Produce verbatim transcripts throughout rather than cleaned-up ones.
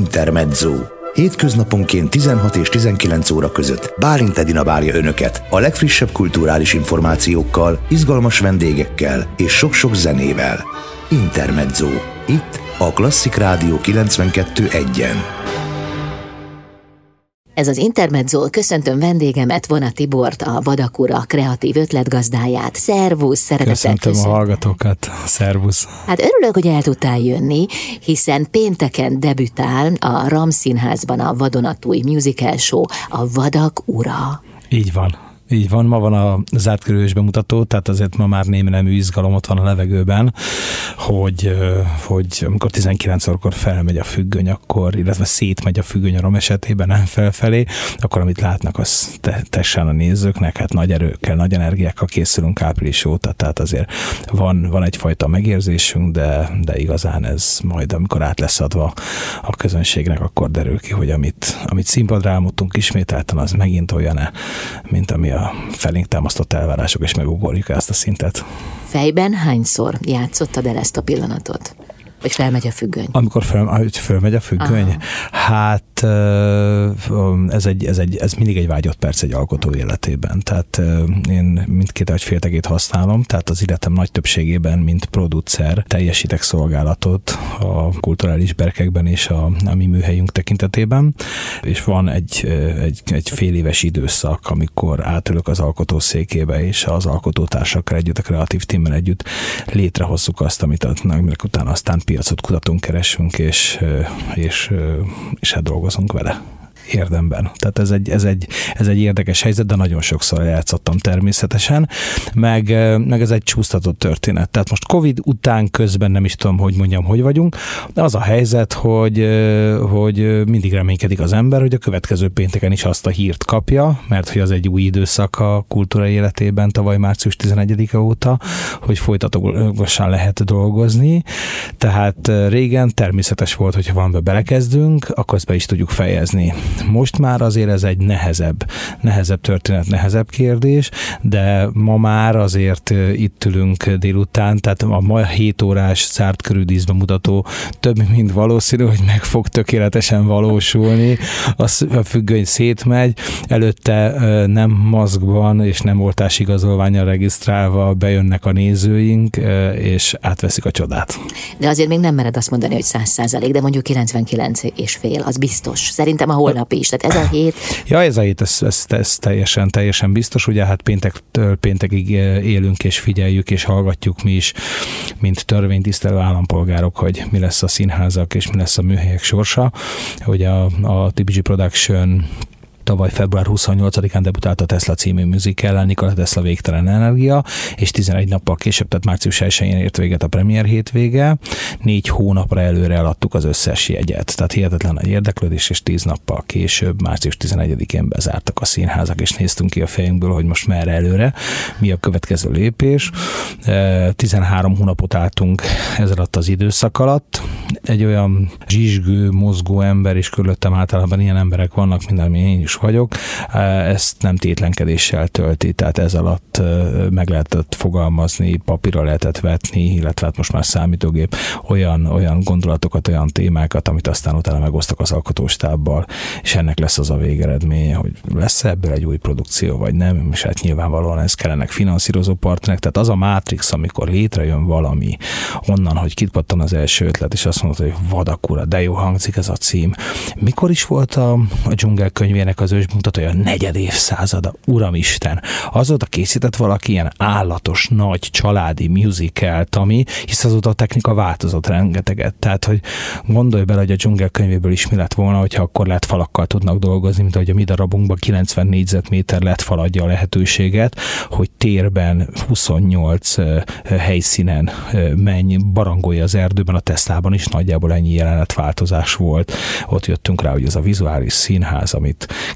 Intermezzo. Hétköznaponként tizenhat és tizenkilenc óra között Bálint Edina várja Önöket a legfrissebb kulturális információkkal, izgalmas vendégekkel és sok-sok zenével. Intermezzo. Itt a Klasszik Rádió kilencvenkettő egyen. Ez az Intermezzo, köszöntöm vendégemet, Vona Tibort, a Vadak Ura kreatív ötletgazdáját. Szervusz, szeretettel köszöntöm. Köszöntöm a hallgatókat, szervusz. Hát örülök, hogy el tudtál jönni, hiszen pénteken debütál a RAM Színházban a vadonatúj musical show, a Vadak Ura. Így van. Így van, ma van a zárt körülös bemutató, tehát azért ma már némi nemű izgalom ott van a levegőben, hogy, hogy amikor tizenkilenc órakor felmegy a függöny, akkor, illetve szétmegy a függöny a RAM esetében, nem felfelé, akkor amit látnak, az te, tessen a nézőknek, hát nagy erőkkel, nagy energiákkal készülünk április óta, tehát azért van, van egyfajta megérzésünk, de, de igazán ez majd, amikor át lesz adva a közönségnek, akkor derül ki, hogy amit, amit színpadra álmodtunk ismételten, az megint olyan-e, mint ami a felénk támasztott elvárások, és megugorjuk ezt a szintet. Fejben hányszor játszottad el ezt a pillanatot? Hogy felmegy a függöny? Amikor fel, hogy felmegy a függöny? Aha. Hát ez, egy, ez, egy, ez mindig egy vágyott perc egy alkotó életében. Tehát én mindkét agyféltegét használom, tehát az életem nagy többségében, mint producer teljesítek szolgálatot a kulturális berkekben és a, a mi műhelyünk tekintetében. És van egy, egy, egy fél éves időszak, amikor átülök az alkotószékébe, és az alkotótársakkal együtt, a kreatív teammel együtt létrehozzuk azt, amit aminek utána aztán piacot kutatunk, keresünk, és, és, és hát dolgozunk vele érdemben. Tehát ez egy, ez, egy, ez egy érdekes helyzet, de nagyon sokszor játszottam természetesen, meg, meg ez egy csúsztatott történet. Tehát most Covid után közben nem is tudom, hogy mondjam, hogy vagyunk, de az a helyzet, hogy, hogy mindig reménykedik az ember, hogy a következő pénteken is azt a hírt kapja, mert hogy az egy új időszak a kultúra életében tavaly március tizenegyedike óta, hogy folytatósan lehet dolgozni. Tehát régen természetes volt, hogyha valamibe belekezdünk, akkor ezt be is tudjuk fejezni. Most már azért ez egy nehezebb, nehezebb történet, nehezebb kérdés, de ma már azért itt ülünk délután, tehát a ma hét órás zárt körű díszbemutató több mint valószínű, hogy meg fog tökéletesen valósulni. A függöny szétmegy, előtte nem maszkban és nem oltásigazolvánnyal regisztrálva bejönnek a nézőink, és átveszik a csodát. De azért még nem mered azt mondani, hogy száz százalék, de mondjuk kilencvenkilenc és fél, az biztos. Szerintem a holnap is. Tehát ez a hét... Ja, ez a hét, ez, ez, ez teljesen, teljesen biztos. Ugye hát péntektől péntekig élünk és figyeljük és hallgatjuk mi is, mint törvénytisztelő állampolgárok, hogy mi lesz a színházak és mi lesz a műhelyek sorsa. Ugye a, a té bé gé Production tavaly február huszonnyolcadikán debutált a Tesla című musical-el, Nikola Tesla Végtelen energia, és tizenegy nappal később, tehát március elsején ért véget a premier hétvége. Négy hónapra előre eladtuk az összes jegyet. Tehát hihetetlen nagy érdeklődés, és tíz nappal később, március tizenegyedikén bezártak a színházak, és néztünk ki a fejünkből, hogy most merre előre, mi a következő lépés. tizenhárom hónapot álltunk ez alatt az időszak alatt. Egy olyan zsizsgő, mozgó ember, és körülöttem általában ilyen emberek vannak, mint ami én is vagyok, ezt nem tétlenkedéssel tölti, tehát ez alatt meg lehetett fogalmazni, papírra lehetett vetni, illetve hát most már számítógép olyan, olyan gondolatokat, olyan témákat, amit aztán utána megosztak az alkotóstábbal, és ennek lesz az a végeredménye, hogy lesz ebből egy új produkció, vagy nem, és hát nyilvánvalóan ez kellenek finanszírozó partnerek, tehát az a mátrix, amikor létrejön valami onnan, hogy kitpattan az első ötlet, és azt mondta, hogy Vadak Ura, de jó hangzik ez a cím. Mikor is volt a, a dzsungel könyvének az ősmutatója? Negyed évszázada, Uramisten. Azóta készített valaki ilyen állatos, nagy, családi musicalt, ami, hisz azóta a technika változott rengeteget. Tehát, hogy gondolj bele, hogy a dzsungel könyvéből is mi lett volna, hogyha akkor lett falakkal tudnak dolgozni, mint ahogy a mi darabunkban kilencven négyzetméter lett fal adja a lehetőséget, hogy térben huszonnyolc uh, helyszínen uh, menj, barangolja az erdőben, a Teslában is nagyjából ennyi jelenetváltozás volt. Ott jöttünk rá, hogy ez a vizuális színház, amit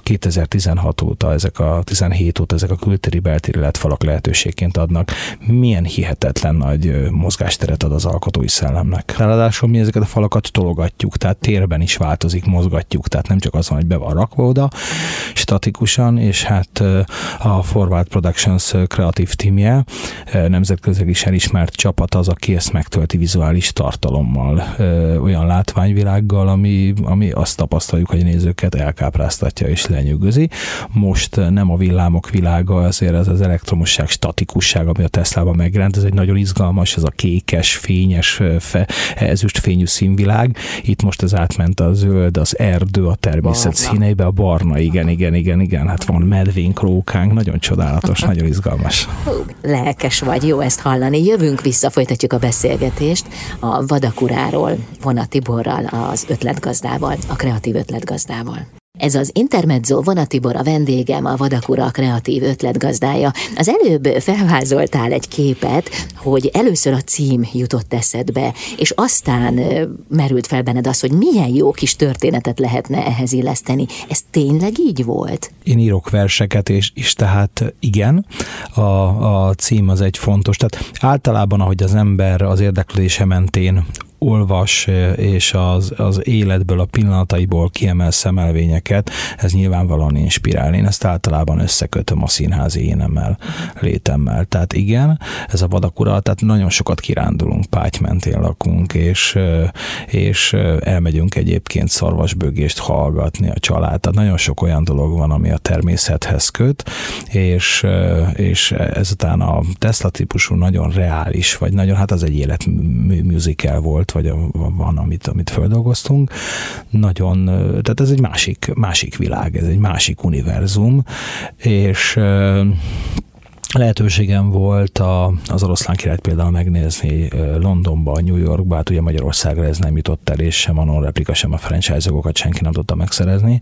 kétezer-tizenhat óta, ezek a tizenhét óta ezek a kültéri beltéri el é dé falak lehetőségként adnak, milyen hihetetlen nagy mozgásteret ad az alkotói szellemnek. Ráadásul mi ezeket a falakat tologatjuk, tehát térben is változik, mozgatjuk, tehát nem csak az van, hogy be van rakva oda statikusan, és hát a Forward Productions kreatív tímje, nemzetközileg is elismert csapat az, aki ezt megtölti vizuális tartalommal, olyan látványvilággal, ami, ami azt tapasztaljuk, hogy a nézőket elkápráztatja és lenyűgözi. Most nem a villámok világa, azért ez az elektromosság, statikusság, ami a Teslában megjelent, ez egy nagyon izgalmas, ez a kékes, fényes, fe, ezüstfényű színvilág. Itt most ez átment a zöld, az erdő, a természet színeibe, a barna, igen, igen, igen, igen, hát van medvénk, rókánk, nagyon csodálatos, nagyon izgalmas. Hú, lelkes vagy, jó ezt hallani. Jövünk vissza, folytatjuk a beszélgetést a Vadakuráról, Vona Tiborral, az ötletgazdával, a kreatív ötletgazdával. Ez az Intermezzo, Vona Tibor a vendégem, a Vadakura kreatív ötletgazdája. Az előbb felvázoltál egy képet, hogy először a cím jutott eszedbe, és aztán merült fel benned az, hogy milyen jó kis történetet lehetne ehhez illeszteni. Ez tényleg így volt? Én írok verseket, és, és tehát igen, a, a cím az egy fontos. Tehát általában, ahogy az ember az érdeklődése mentén olvas, és az, az életből, a pillanataiból kiemel szemelvényeket, ez nyilvánvalóan inspirál. Én ezt általában összekötöm a színházi énemmel, létemmel. Tehát igen, ez a Vadakura, tehát nagyon sokat kirándulunk, Páty mentén lakunk, és, és elmegyünk egyébként szarvasbögést hallgatni a család. Tehát nagyon sok olyan dolog van, ami a természethez köt, és, és ezután a Tesla típusú nagyon reális, vagy nagyon, hát az egy életmusical volt, vagy a, van, amit, amit földolgoztunk. Nagyon, tehát ez egy másik, másik világ, ez egy másik univerzum, és lehetőségem volt a, az Oroszlán királyt például megnézni Londonba, New Yorkba, hát ugye Magyarországra ez nem jutott el, és sem a non-replika, sem a franchise-okat senki nem tudta megszerezni,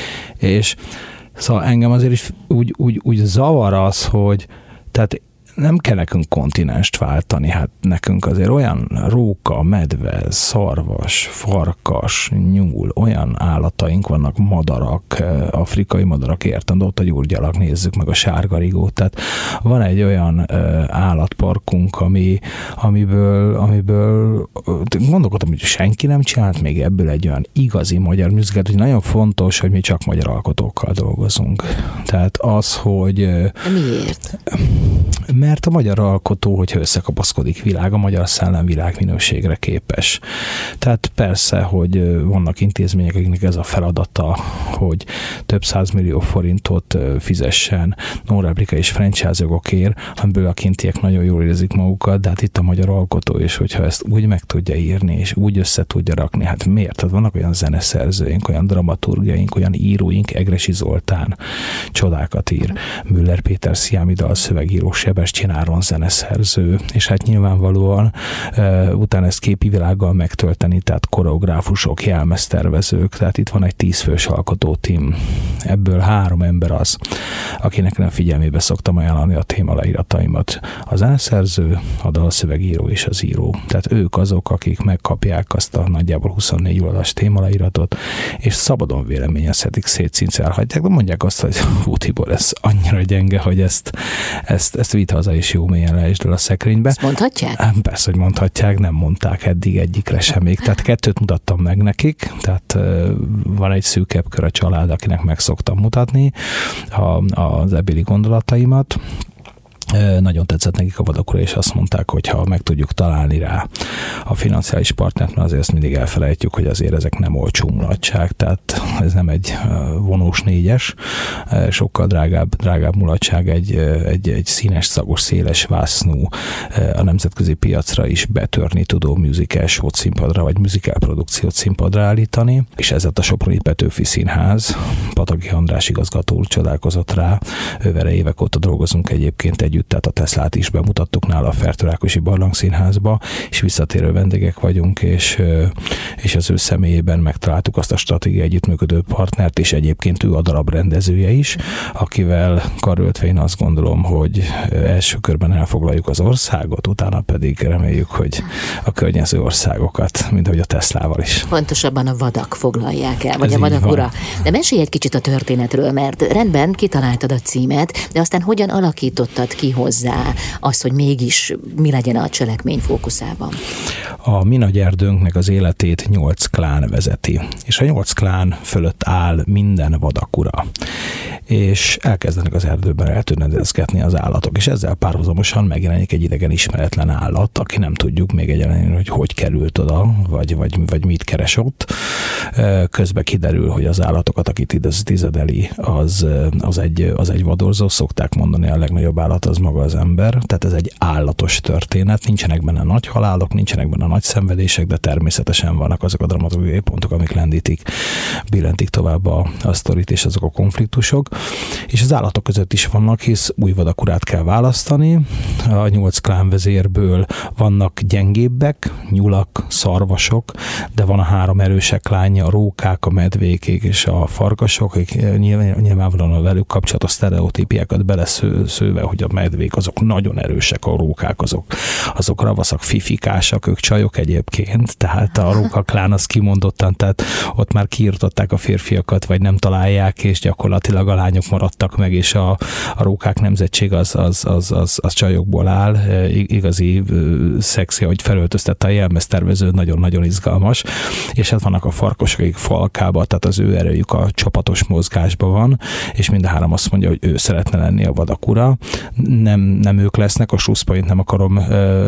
és szóval engem azért is úgy, úgy, úgy zavar az, hogy tehát nem kell nekünk kontinenst váltani, hát nekünk azért olyan róka, medve, szarvas, farkas, nyúl, olyan állataink vannak, madarak, afrikai madarak, érted, ott a gyurgyalak, nézzük meg a sárgarigót, tehát van egy olyan állatparkunk, ami, amiből, amiből gondolkodtam, hogy senki nem csinált még ebből egy olyan igazi magyar műzikát, hogy nagyon fontos, hogy mi csak magyar alkotókkal dolgozunk. Tehát az, hogy... Miért? Mert a magyar alkotó, hogyha összekapaszkodik világ, a magyar szellem világminőségre képes. Tehát persze, hogy vannak intézmények, akiknek ez a feladata, hogy több százmillió forintot fizessen non-replika és franchise jogokért, amiből a kintiek nagyon jól érzik magukat, de hát itt a magyar alkotó, és hogyha ezt úgy meg tudja írni, és úgy össze tudja rakni, hát miért? Tehát vannak olyan zeneszerzőink, olyan dramaturgiaink, olyan íróink, Egressy Zoltán csodákat ír, Müller Péter Sziámi dalszövegíró, Sebestyén Áron zeneszerző, és hát nyilvánvalóan uh, utána ezt képi világgal megtölteni, tehát koreográfusok, jelmeztervezők, tehát itt van egy tízfős alkotótím. Ebből három ember az, akinek nem figyelmébe szoktam ajánlani a témaleírataimat. A zeneszerző, a dalszövegíró és az író. Tehát ők azok, akik megkapják azt a nagyjából huszonnégy oldalas témaleíratot, és szabadon véleményezhetik, szétszincelhatják, de mondják azt, hogy hú Tibor, ez annyira gyenge, hogy ezt, ezt, ezt vitt haza és jó mélyen leesd el a szekrénybe. Ezt mondhatják? Persze, hogy mondhatják, nem mondták eddig egyikre sem még. Tehát kettőt mutattam meg nekik, tehát van egy szűkebb kör a család, akinek meg szoktam mutatni a, az ebbéli gondolataimat. Nagyon tetszett nekik a Vadakura, és azt mondták, hogy ha meg tudjuk találni rá a financiális partnert, mert azért ezt mindig elfelejtjük, hogy azért ezek nem olcsó mulatság, tehát ez nem egy vonós négyes, sokkal drágább, drágább mulatság, egy, egy, egy színes, szagos, széles vásznú, a nemzetközi piacra is betörni tudó musical show-t színpadra, vagy musical produkciót színpadra állítani, és ez a Soproni Petőfi Színház, Pataki András igazgató úr csodálkozott rá, ő vele évek óta dolgozunk egyébként egy együtt, tehát a Teslát is bemutattuk nála a Fertőrákosi Barlangszínházba, és visszatérő vendégek vagyunk, és, és az ő személyében megtaláltuk azt a stratégiai együttműködő partnert, és egyébként ő a darab rendezője is, akivel karöltve én azt gondolom, hogy első körben elfoglaljuk az országot, utána pedig reméljük, hogy a környező országokat, mint ahogy a Teslával is. Pontosabban a vadak foglalják el, vagy Ez a vadak ura. van. De mesélj egy kicsit a történetről, mert rendben kitaláltad a címet, de aztán hogyan alakítottad ki hozzá azt, hogy mégis mi legyen a cselekmény fókuszában? A mi nagy erdőnknek az életét nyolc klán vezeti, és a nyolc klán fölött áll minden vadak ura. És elkezdenek az erdőben eltűnedezgetni az állatok, és ezzel párhuzamosan megjelenik egy idegen ismeretlen állat, aki nem tudjuk még egyáltalán, hogy hogy került oda, vagy, vagy, vagy mit keres ott. Közben kiderül, hogy az állatokat, akit tizedeli, az, az, egy, az egy vadorzó, szokták mondani, a legnagyobb állat az maga az ember, tehát ez egy állatos történet, nincsenek benne nagy halálok, nincsenek benne nagy szenvedések, de természetesen vannak azok a dramaturgiai pontok, amik lendítik, billentik tovább a, a sztorit és azok a konfliktusok. És az állatok között is vannak, hisz új vadakurát kell választani. A nyolc klánvezérből vannak gyengébbek, nyulak, szarvasok, de van a három erősek klánja, a rókák, a medvékék és a farkasok, akik nyilvánvalóan a velük kapcsolatos sztereotípiákat beleszőve, hogy a medvék azok nagyon erősek, a rókák azok, azok ravaszak, fifikásak, ők csajok egyébként, tehát a róka klán az kimondottan, tehát ott már kiirtották a férfiakat, vagy nem találják, és gyakorlatilag a lányok maradtak meg, és a, a rókák nemzetség az, az, az, az, az csajokból áll. Igazi szexi, ahogy felöltöztette a jelmeztervező, nagyon-nagyon izgalmas. És hát vannak a farkasok, akik falkába, tehát az ő erőjük a csapatos mozgásban van, és mind a három azt mondja, hogy ő szeretne lenni a vadak ura. Nem, nem ők lesznek, a slusszpoint nem akarom ö,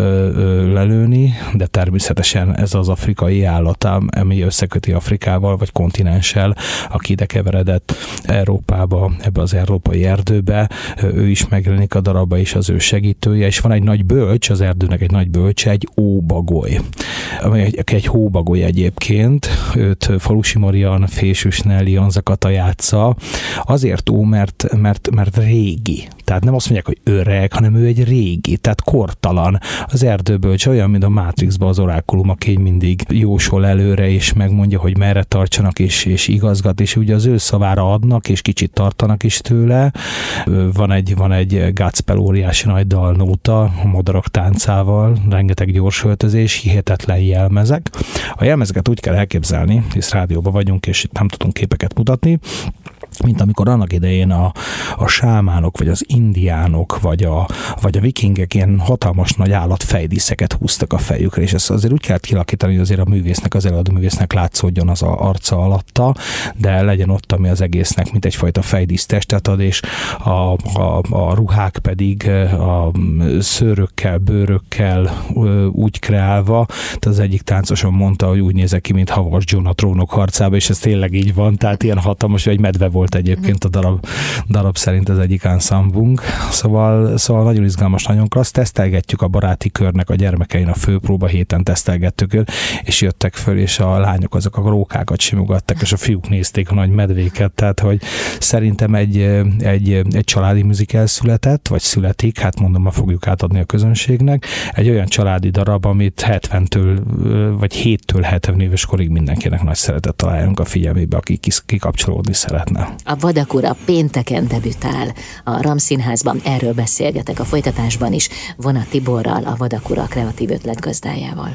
ö, lelőni, de természetesen ez az afrikai állat, ami összeköti Afrikával, vagy kontinenssel, aki ide keveredett Európába, ebbe az európai erdőbe, ő is megjelenik a darabba, és az ő segítője, és van egy nagy bölcs, az erdőnek egy nagy bölcse, egy óbagoly. Egy, egy hóbagoly egyébként, őt Falusi Marian, Fésűs Nelly, Anzakata játsza. Azért ó, mert, mert, mert régi. Tehát nem azt mondják, hogy öreg, hanem ő egy régi, tehát kortalan. Az erdőbölcs olyan, mint a Matrixban az orákulum, aki mindig jósol előre, és megmondja, hogy merre tartsanak, és, és igazgat, és ugye az ő szavára adnak, és kicsit tartanak is tőle. Van egy, van egy Gácpel óriási nagy dalnóta, a madarak táncával, rengeteg gyors öltözés, hihetetlen jelmezek. A jelmezeket úgy kell elképzelni, hisz rádióban vagyunk, és nem tudunk képeket mutatni, mint amikor annak idején a, a sámánok, vagy az indiánok, vagy a, vagy a vikingek ilyen hatalmas nagy állatfejdíszeket húztak a fejükre, és ezt azért úgy kellett kilakítani, hogy azért a művésznek, az előadó művésznek látszódjon az a arca alatta, de legyen ott, ami az egésznek, mint egyfajta fejdísztestet ad, és a, a, a ruhák pedig a szőrökkel, bőrökkel úgy kreálva, tehát az egyik táncoson mondta, hogy úgy nézek ki, mint Havas John a Trónok harcába, és ez tényleg így van, tehát ilyen hatalmas, hogy egy medve volt egyébként a darab, darab szerint az egyik ensemblunk. Szóval, szóval nagyon izgalmas, nagyon klassz. Tesztelgetjük a baráti körnek a gyermekein, a főpróba héten tesztelgettük őt, és jöttek föl, és a lányok azok a rókákat simogattak, és a fiúk nézték a nagy medvéket, tehát hogy szerintem egy, egy, egy családi musical született, vagy születik, hát mondom, ma fogjuk átadni a közönségnek. Egy olyan családi darab, amit hetventől, vagy héttől hetven éves korig mindenkinek nagy szeretet találjunk a figyelmébe, aki kikapcsolódni szeretne. A vadak ura pénteken debütál a RAM Színházban, erről beszélgetek a folytatásban is Vona Tiborral, a Vadak ura kreatív ötletgazdájával.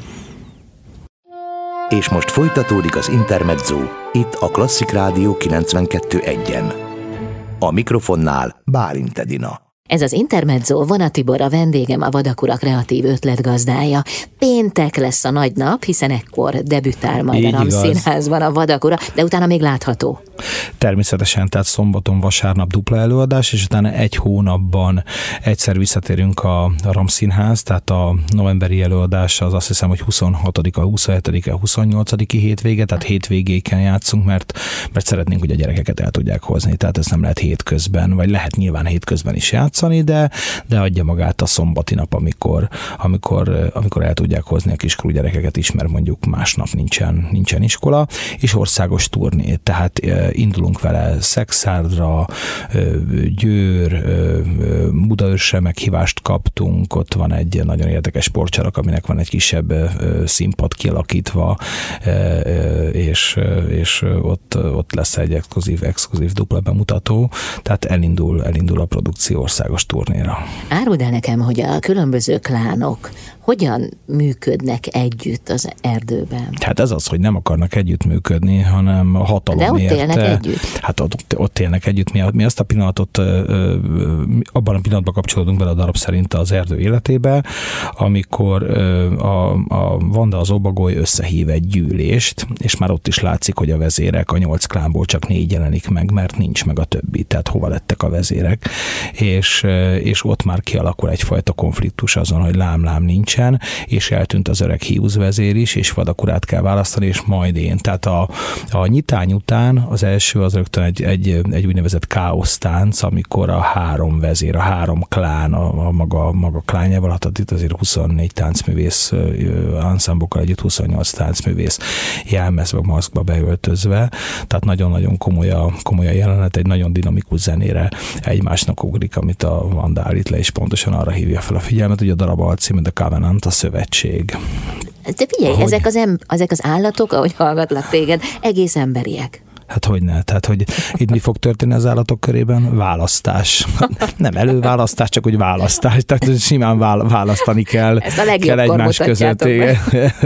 És most folytatódik az Intermezzo, itt a Klasszik Rádió kilencvenkettő egyen. A mikrofonnál Bálint Edina. Ez az Intermezzo, Vona Tibor a vendégem, a Vadak ura kreatív ötletgazdája. Péntek lesz a nagy nap, hiszen ekkor debütál majd így a RAM igaz. Színházban a Vadak ura, de utána még látható. Természetesen, tehát szombaton, vasárnap dupla előadás, és utána egy hónapban egyszer visszatérünk a RAM Színház, tehát a novemberi előadás az azt hiszem, hogy huszonhatodika, huszonhetedike, huszonnyolcadika hétvége, tehát hétvégéken játszunk, mert, mert szeretnénk, hogy a gyerekeket el tudják hozni, tehát ez nem lehet hétközben, vagy lehet nyilván hétközben is játszani, játszani, de, de adja magát a szombati nap, amikor, amikor, amikor el tudják hozni a kiskorú gyerekeket is, mert mondjuk másnap nincsen, nincsen iskola, és országos turné. Tehát indulunk vele Szexárdra, Győr, Budaörsre meghívást kaptunk, ott van egy nagyon érdekes sportcsarak, aminek van egy kisebb színpad kialakítva, és, és ott, ott lesz egy exkluzív, exkluzív dupla bemutató, tehát elindul, elindul a produkció országos turnéra. Áruld el nekem, hogy a különböző klánok hogyan működnek együtt az erdőben? Hát ez az, hogy nem akarnak együttműködni, hanem a hatalomért. De ott élnek együtt? Hát ott, ott élnek együtt. Mi, mi azt a pillanatot, abban a pillanatban kapcsolódunk bele a darab szerint az erdő életébe, amikor a, a Vanda az Obagoly összehív egy gyűlést, és már ott is látszik, hogy a vezérek, a nyolc klánból csak négy jelenik meg, mert nincs meg a többi, tehát hova lettek a vezérek, és, és ott már kialakul egyfajta konfliktus azon, hogy lám-lám nincs, és eltűnt az öreg hiúz vezér is, és vadakurát kell választani, és majd én. Tehát a, a nyitány után az első az rögtön egy, egy, egy úgynevezett káosztánc, amikor a három vezér, a három klán, a, a maga, maga klánjával, hát itt azért huszonnégy táncművész anszámbokkal együtt huszonnyolc táncművész jelmezve, maszkba beöltözve, tehát nagyon-nagyon komoly a, komoly a jelenet, egy nagyon dinamikus zenére egymásnak ugrik, amit a Vanda állít le, és pontosan arra hívja fel a figyelmet, hogy a darab alcíme, de Covenant, a szövetség. De figyelj, ahogy... ezek, az em- ezek az állatok, ahogy hallgatlak téged, egész emberiek. Hát hogyne, tehát hogy itt mi fog történni az állatok körében? Választás. Nem előválasztás, csak hogy választás. Tehát simán választani kell. Ezt a legjobbkor mutatjátok be.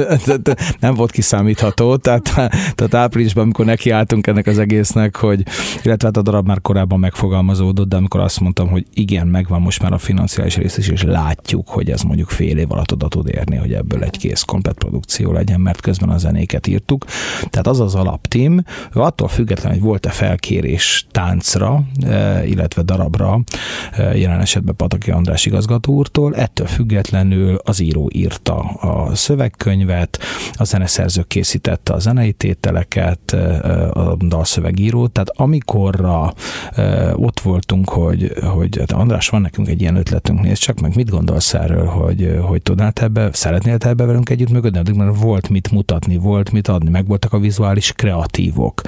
Nem volt kiszámítható, tehát, tehát áprilisban, amikor nekiálltunk ennek az egésznek, hogy, illetve hát a darab már korábban megfogalmazódott, de amikor azt mondtam, hogy igen, megvan most már a financiális rész is, és látjuk, hogy ez mondjuk fél év alatt oda tud érni, hogy ebből egy kész komplet produkció legyen, mert közben a zenéket írtuk. Tehát az az alaptím, attól függetlenül, hogy volt-e felkérés táncra, illetve darabra, jelen esetben Pataki András igazgató úrtól, ettől függetlenül az író írta a szövegkönyvet, a zeneszerző készítette a zenei tételeket, a dalszövegíró, tehát amikorra ott voltunk, hogy, hogy András, van nekünk egy ilyen ötletünk, nézd csak meg, mit gondolsz erről, hogy, hogy tudnál te ebbe, szeretnél te ebbe velünk együttműködni, mert volt mit mutatni, volt mit adni, meg voltak a vizuális kreatívok.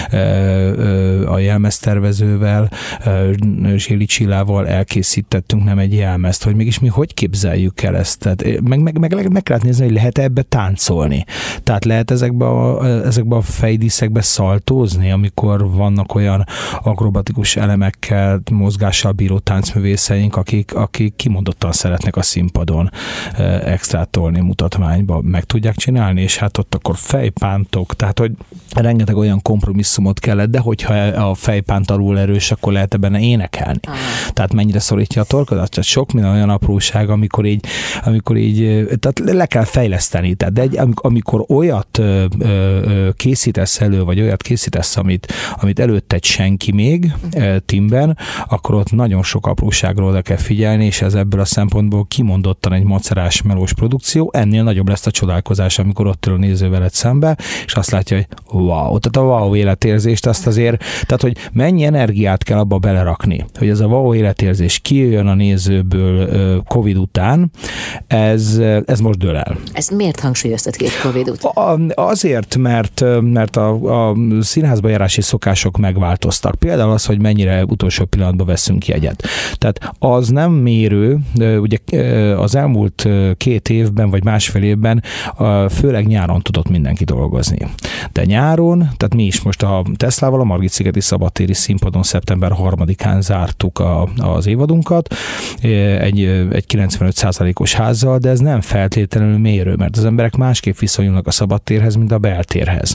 A jelmeztervezővel, Zséli Csillával elkészítettünk nem egy jelmezt, hogy mégis mi hogy képzeljük el ezt. Tehát meg, meg, meg, meg lehet nézni, hogy lehet ebbe táncolni. Tehát lehet ezekbe a, ezekbe a fejdíszekbe szaltózni, amikor vannak olyan akrobatikus elemekkel, mozgással bíró táncművészeink, akik, akik kimondottan szeretnek a színpadon extrát tolni mutatványba, meg tudják csinálni, és hát ott akkor fejpántok, tehát hogy rengeteg olyan kompromisszumot kellett, de hogyha a fejpánt alul erős, akkor lehet benne énekelni. Ah. Tehát mennyire szorítja a torkodat? Tehát sok minden olyan apróság, amikor így, amikor így, tehát le kell fejleszteni. Tehát de egy, amikor olyat ö, ö, készítesz elő, vagy olyat készítesz, amit, amit előtt egy senki még uh-huh. Timben, akkor ott nagyon sok apróságról oda kell figyelni, és ez ebből a szempontból kimondottan egy macerás melós produkció. Ennél nagyobb lesz a csodálkozás, amikor ott ül a néző veled szembe, és azt látja, hogy wow, tehát a wow életérzést azt azért, tehát hogy mennyi energiát kell abba belerakni, hogy ez a wow életérzés kijöjjön a nézőből Covid után, ez, ez most dől el. Ezt miért hangsúlyoztad ki Covid után? Azért, mert, mert a, a színházba járási szokások megváltoztak. Például az, hogy mennyire utolsó pillanatban veszünk jegyet. Tehát az nem mérő, ugye az elmúlt két évben, vagy másfél évben főleg nyáron tudott mindenki dolgozni. De nyáron, tehát mi is most a Teslával a Margit-szigeti szabadtéri színpadon szeptember harmadikán zártuk a, az évadunkat egy, egy kilencvenöt százalékos házzal, de ez nem feltétlenül mérő, mert az emberek másképp viszonyulnak a szabadtérhez, mint a beltérhez.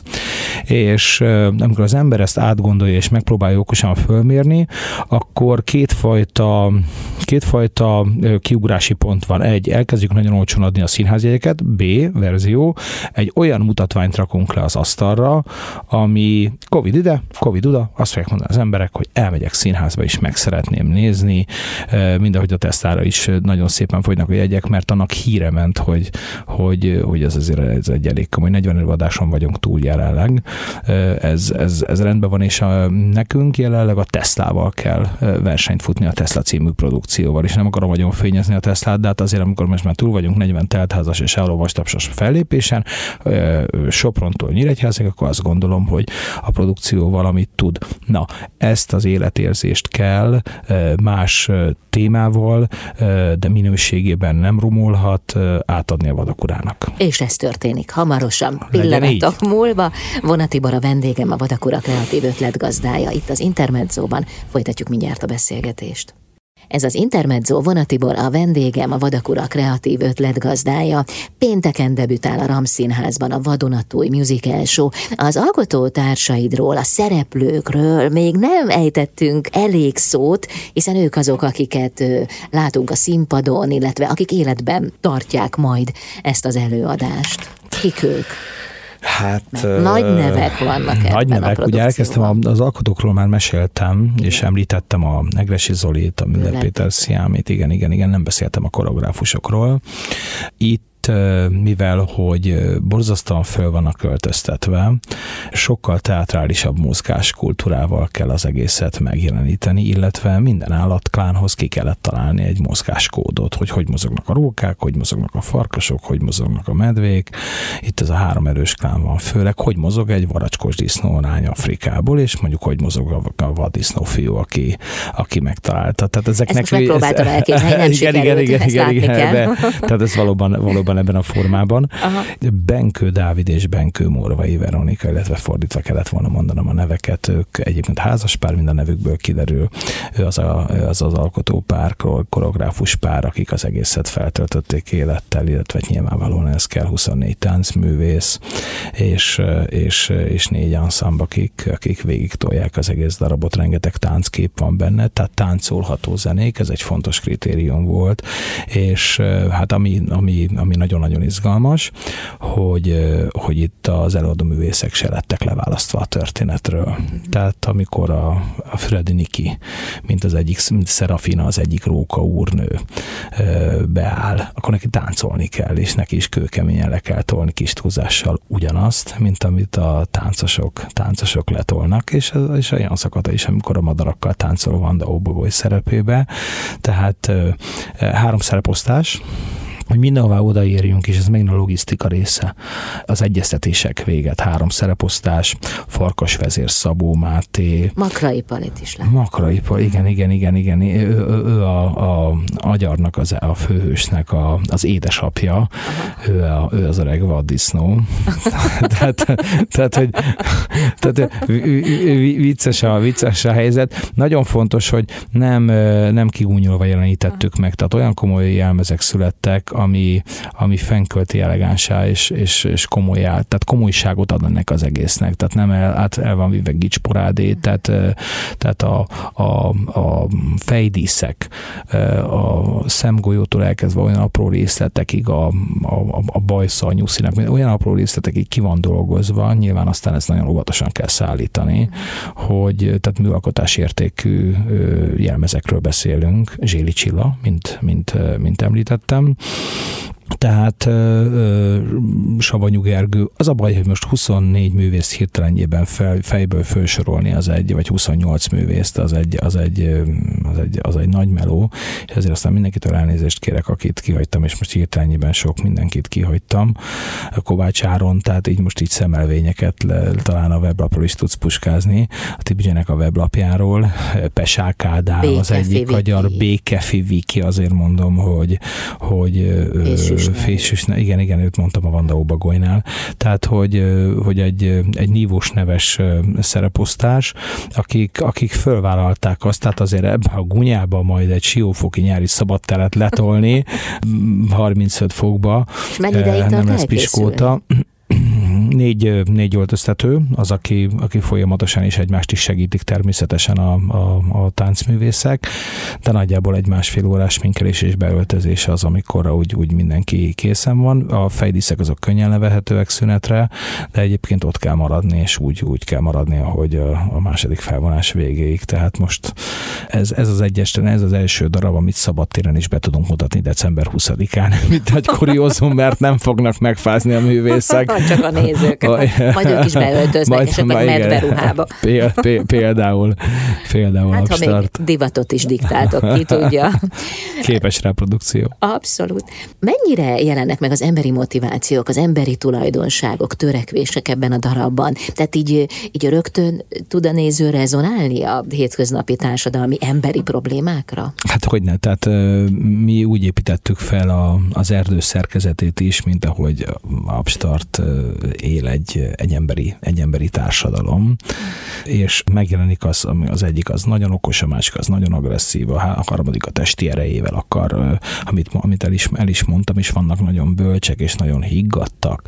És amikor az ember ezt átgondolja és megpróbálja okosan fölmérni, akkor kétfajta, kétfajta kiugrási pont van. Egy, elkezdjük nagyon olcsón adni a színházjegyeket, B verzió, egy olyan mutatványt rakunk le az asztalra, ami Covid ide, Covid oda, azt fogják mondani az emberek, hogy elmegyek színházba is, meg szeretném nézni, mindahogy a Teslára is nagyon szépen fogynak a jegyek, mert annak híre ment, hogy, hogy, hogy ez azért ez egy elég komoly, negyven előadáson vagyunk túl jelenleg. Ez, ez, ez rendben van, és a, nekünk jelenleg a Teslával kell versenyt futni, a Tesla című produkcióval, és nem akarom nagyon fényezni a Teslát, de hát azért, amikor most már túl vagyunk negyven teltházas és elolvastapsos fellépésen, Soprontól Nyíregyházig, akkor azt gondolom, hogy a produkció valamit tud. Na, ezt az életérzést kell más témával, de minőségében nem romolhat, átadni a Vadakurának. És ez történik hamarosan, pillanatok múlva. Vona Tibor a vendégem, a Vadakura kreatív ötletgazdája. Itt az Intermedzóban folytatjuk mindjárt a beszélgetést. Ez az Intermezzo, Vona Tibor a vendégem, a Vadakura kreatív ötletgazdája. Pénteken debütál a Ramszínházban a Vadonatúj musical show. Az alkotótársaidról, a szereplőkről még nem ejtettünk elég szót, hiszen ők azok, akiket látunk a színpadon, illetve akik életben tartják majd ezt az előadást. Kik ők? Hát, nagy nevek vannak ebben nagy nevek, a produkcióban. ugye elkezdtem az alkotókról, már meséltem, és említettem a Egressy Zolit, a Müller Péter Sziámit, igen, igen, igen, nem beszéltem a koreográfusokról. Itt mivel hogy borzasztóan föl vannak költöztetve, sokkal teátrálisabb mozgáskultúrával kell az egészet megjeleníteni, illetve minden állatklánhoz ki kellett találni egy mozgáskódot, hogy hogy mozognak a rókák, hogy mozognak a farkasok, hogy mozognak a medvék. Itt ez a három erős klán van főleg, hogy mozog egy varacskos disznólány Afrikából, és mondjuk hogy mozog a vaddisznó fiú, aki, aki megtalálta. Tehát ezeknek, ezt most megpróbáltam elképzelni, nem sikerült, igen, igen, ezt igen, látni igen, kell. De, tehát ez valóban, valóban ebben a formában. Aha. Benkő Dávid és Benkő Morvai Veronika, illetve fordítva kellett volna mondanom a neveket, ők egyébként házaspár, mind a nevükből kiderül. Ő az a, az, az alkotópár, koreográfus pár, akik az egészet feltöltötték élettel, illetve nyilvánvalóan ez kell huszonnégy táncművész, és, és, és négy anszamb, akik, akik végig tolják az egész darabot, rengeteg tánckép van benne, tehát táncolható zenék, ez egy fontos kritérium volt, és hát ami, ami, ami nagyon-nagyon izgalmas, hogy, hogy itt az előadóművészek se lettek leválasztva a történetről. Tehát amikor a, a Füredi Niki, mint az egyik, mint Szerafina, az egyik róka úrnő beáll, akkor neki táncolni kell, és neki is kőkeményen le kell tolni kis túlzással ugyanazt, mint amit a táncosok, táncosok letolnak, és, és a Jan Szakata is, amikor a madarakkal táncol Vanda Óbogoly szerepébe. Tehát három szereposztás, hogy mindenhová odaérjünk, és ez megint a logisztika része. Az egyeztetések véget, három szereposztás, Farkasvezér Szabó Máté. Makrai Palit is lát. Makrai Palit, igen, igen, igen, igen. Ő, ő, ő a, a Agyarnak, az, a főhősnek a, az édesapja. Ő, a, ő az öreg vaddisznó. tehát, tehát, hogy tehát, vicces, a, vicces a helyzet. Nagyon fontos, hogy nem, nem kigúnyolva jelenítettük meg, tehát olyan komoly jelmezek születtek, ami, ami fennkölti elegánsá és, és, és komolyá, tehát komolyságot ad ennek az egésznek, tehát nem el, át el van vive gicsporádé, tehát, tehát a, a, a fejdíszek, a szemgolyótól elkezdve olyan apró részletekig, a, a, a bajsza, a nyuszinak, olyan apró részletekig ki van dolgozva, nyilván aztán ezt nagyon óvatosan kell szállítani, hogy tehát műalkotás értékű jelmezekről beszélünk, Zséli Csilla, mint, mint, mint említettem. Tehát uh, Savanyú Gergő, az a baj, hogy most huszonnégy művész hirtelenjében fel, fejből felsorolni az egy, vagy huszonnyolc művészt, az egy, az egy, az egy, az egy nagy meló, és ezért aztán mindenkitől elnézést kérek, akit kihagytam, és most hirtelenjében sok mindenkit kihagytam. Kovács Áron, tehát így most így szemelvényeket le, talán a weblapról is tudsz puskázni, a Tibizsének a weblapjáról, Pesák Ádám, Békefi az egyik magyar, Békefi Viki, azért mondom, hogy, hogy Fésűs, igen, igen, őt mondtam a Vanda Óbagolynál. Tehát, hogy, hogy egy, egy nívós neves szereposztás, akik, akik fölvállalták azt, tehát azért ebbe a gunyába majd egy siófoki nyári szabadteret letolni harmincöt fokba. És mennyi ideig tart nem lesz piskóta. Négy, négy öltöztető, az, aki, aki folyamatosan és egymást is segítik természetesen a, a, a táncművészek, de nagyjából egy másfél órás sminkelés és beöltözés az, amikor úgy, úgy mindenki készen van. A fejdíszek azok könnyen levehetőek szünetre, de egyébként ott kell maradni, és úgy, úgy kell maradni, ahogy a, a második felvonás végéig. Tehát most ez, ez az egyes, ez az első darab, amit szabadtéren is be tudunk mutatni december huszadikán. Mint egy kuriózum, mert nem fognak megfázni a művészek. Csak a nézők. Majd ők is beöltöznek, majd, esetleg medveruhába. Például. Például hát, ha még divatot is diktáltok, ki tudja. Képes reprodukció. Abszolút. Mennyire jelennek meg az emberi motivációk, az emberi tulajdonságok, törekvések ebben a darabban? Tehát így, így rögtön tud a néző rezonálni a hétköznapi társadalmi emberi problémákra? Hát hogyne, tehát mi úgy építettük fel a, az erdő szerkezetét is, mint ahogy abstart él egy, egy, emberi, egy emberi társadalom, és megjelenik az, az egyik az nagyon okos, a másik az nagyon agresszív, a harmadik a testi erejével akar, amit, amit el, is, el is mondtam, és vannak nagyon bölcsek, és nagyon higgadtak,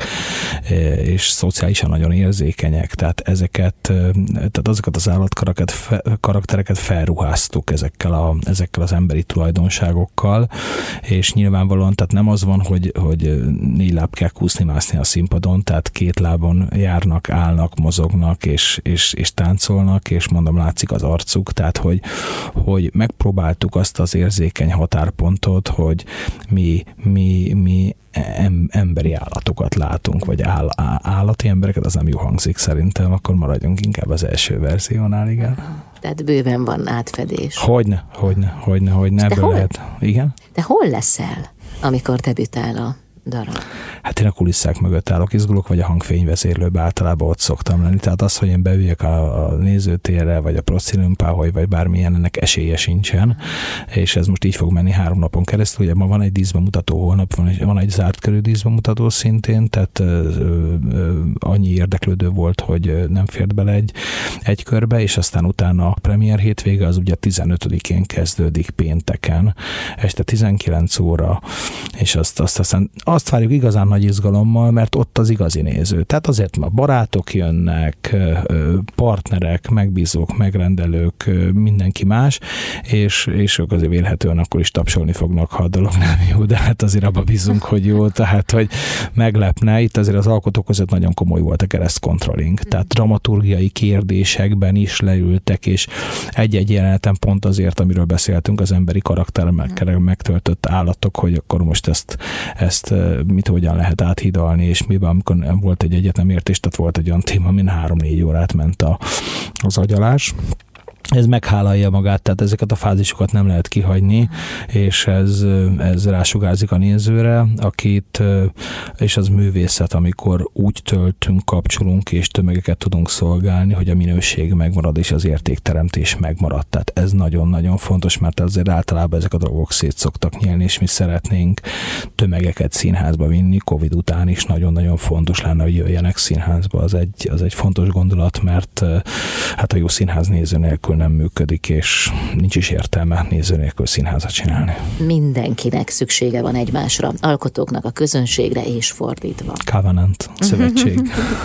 és szociálisan nagyon érzékenyek, tehát ezeket, tehát azokat az állatkaraktereket felruháztuk ezekkel, a, ezekkel az emberi tulajdonságokkal, és nyilvánvalóan, tehát nem az van, hogy, hogy négy láb kell kúszni, mászni a színpadon, tehát két lábon járnak, állnak, mozognak, és, és, és táncolnak, és mondom, látszik az arcuk, tehát hogy, hogy megpróbáltuk azt az érzékeny határpontot, hogy mi, mi, mi em, emberi állatokat látunk, vagy áll, állati embereket, az nem jó hangzik szerintem, akkor maradjunk inkább az első verziónál, igen. Tehát bőven van átfedés. Hogyne, hogyne, hogyne, hogyne, ebből hol, lehet. Igen? De hol leszel, amikor debütál a darab? Hát én a kulisszák mögött állok, izgulok, vagy a hangfényvezérlőbe általában ott szoktam lenni. Tehát az, hogy én beüljek a, a nézőtérre, vagy a Prociliumpához, vagy bármilyen, ennek esélye sincsen, és ez most így fog menni három napon keresztül. Ugye ma van egy díszbemutató, holnap van egy, van egy zárt körű díszbemutató szintén, tehát ö, ö, ö, annyi érdeklődő volt, hogy nem fért bele egy, egy körbe, és aztán utána a premier hétvége az ugye tizenötödikén kezdődik pénteken, este tizenkilenc óra, és azt, azt aztán azt várjuk igazán nagy izgalommal, mert ott az igazi néző. Tehát azért ma barátok jönnek, partnerek, megbízók, megrendelők, mindenki más, és, és ők azért vélhetően akkor is tapsolni fognak, ha a dolog nem jó, de hát azért abba bízunk, hogy jó, tehát hogy meglepne. Itt azért az alkotók között nagyon komoly volt a keresztcontrolling, tehát dramaturgiai kérdésekben is leültek, és egy-egy jeleneten pont azért, amiről beszéltünk, az emberi karakterekkel megtöltött állatok, hogy akkor most ezt, ezt mit hogyan lehet áthidalni, és miben, amikor volt egy egyetemértés, tehát volt egy olyan téma, amin három-négy órát ment a, az agyalás. Ez meghálálja magát, tehát ezeket a fázisokat nem lehet kihagyni, és ez, ez rásugárzik a nézőre, akit, és az művészet, amikor úgy töltünk, kapcsolunk, és tömegeket tudunk szolgálni, hogy a minőség megmarad, és az értékteremtés megmarad. Tehát ez nagyon-nagyon fontos, mert azért általában ezek a dolgok szét szoktak nyílni, és mi szeretnénk tömegeket színházba vinni, Covid után is nagyon-nagyon fontos lenne, hogy jöjjenek színházba. Az egy, az egy fontos gondolat, mert hát a jó színház néző nélkül nem működik, és nincs is értelme néző nélkül színházat csinálni. Mindenkinek szüksége van egymásra, alkotóknak a közönségre és fordítva. Covenant, szövetség.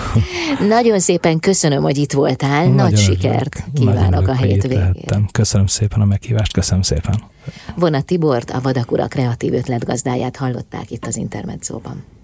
Nagyon szépen köszönöm, hogy itt voltál, nagyon nagy sikert örülök. Kívánok a hétvégén. Köszönöm szépen a meghívást, köszönöm szépen. Vona Tibort, a Vadakura kreatív ötletgazdáját hallották itt az Intermedzóban.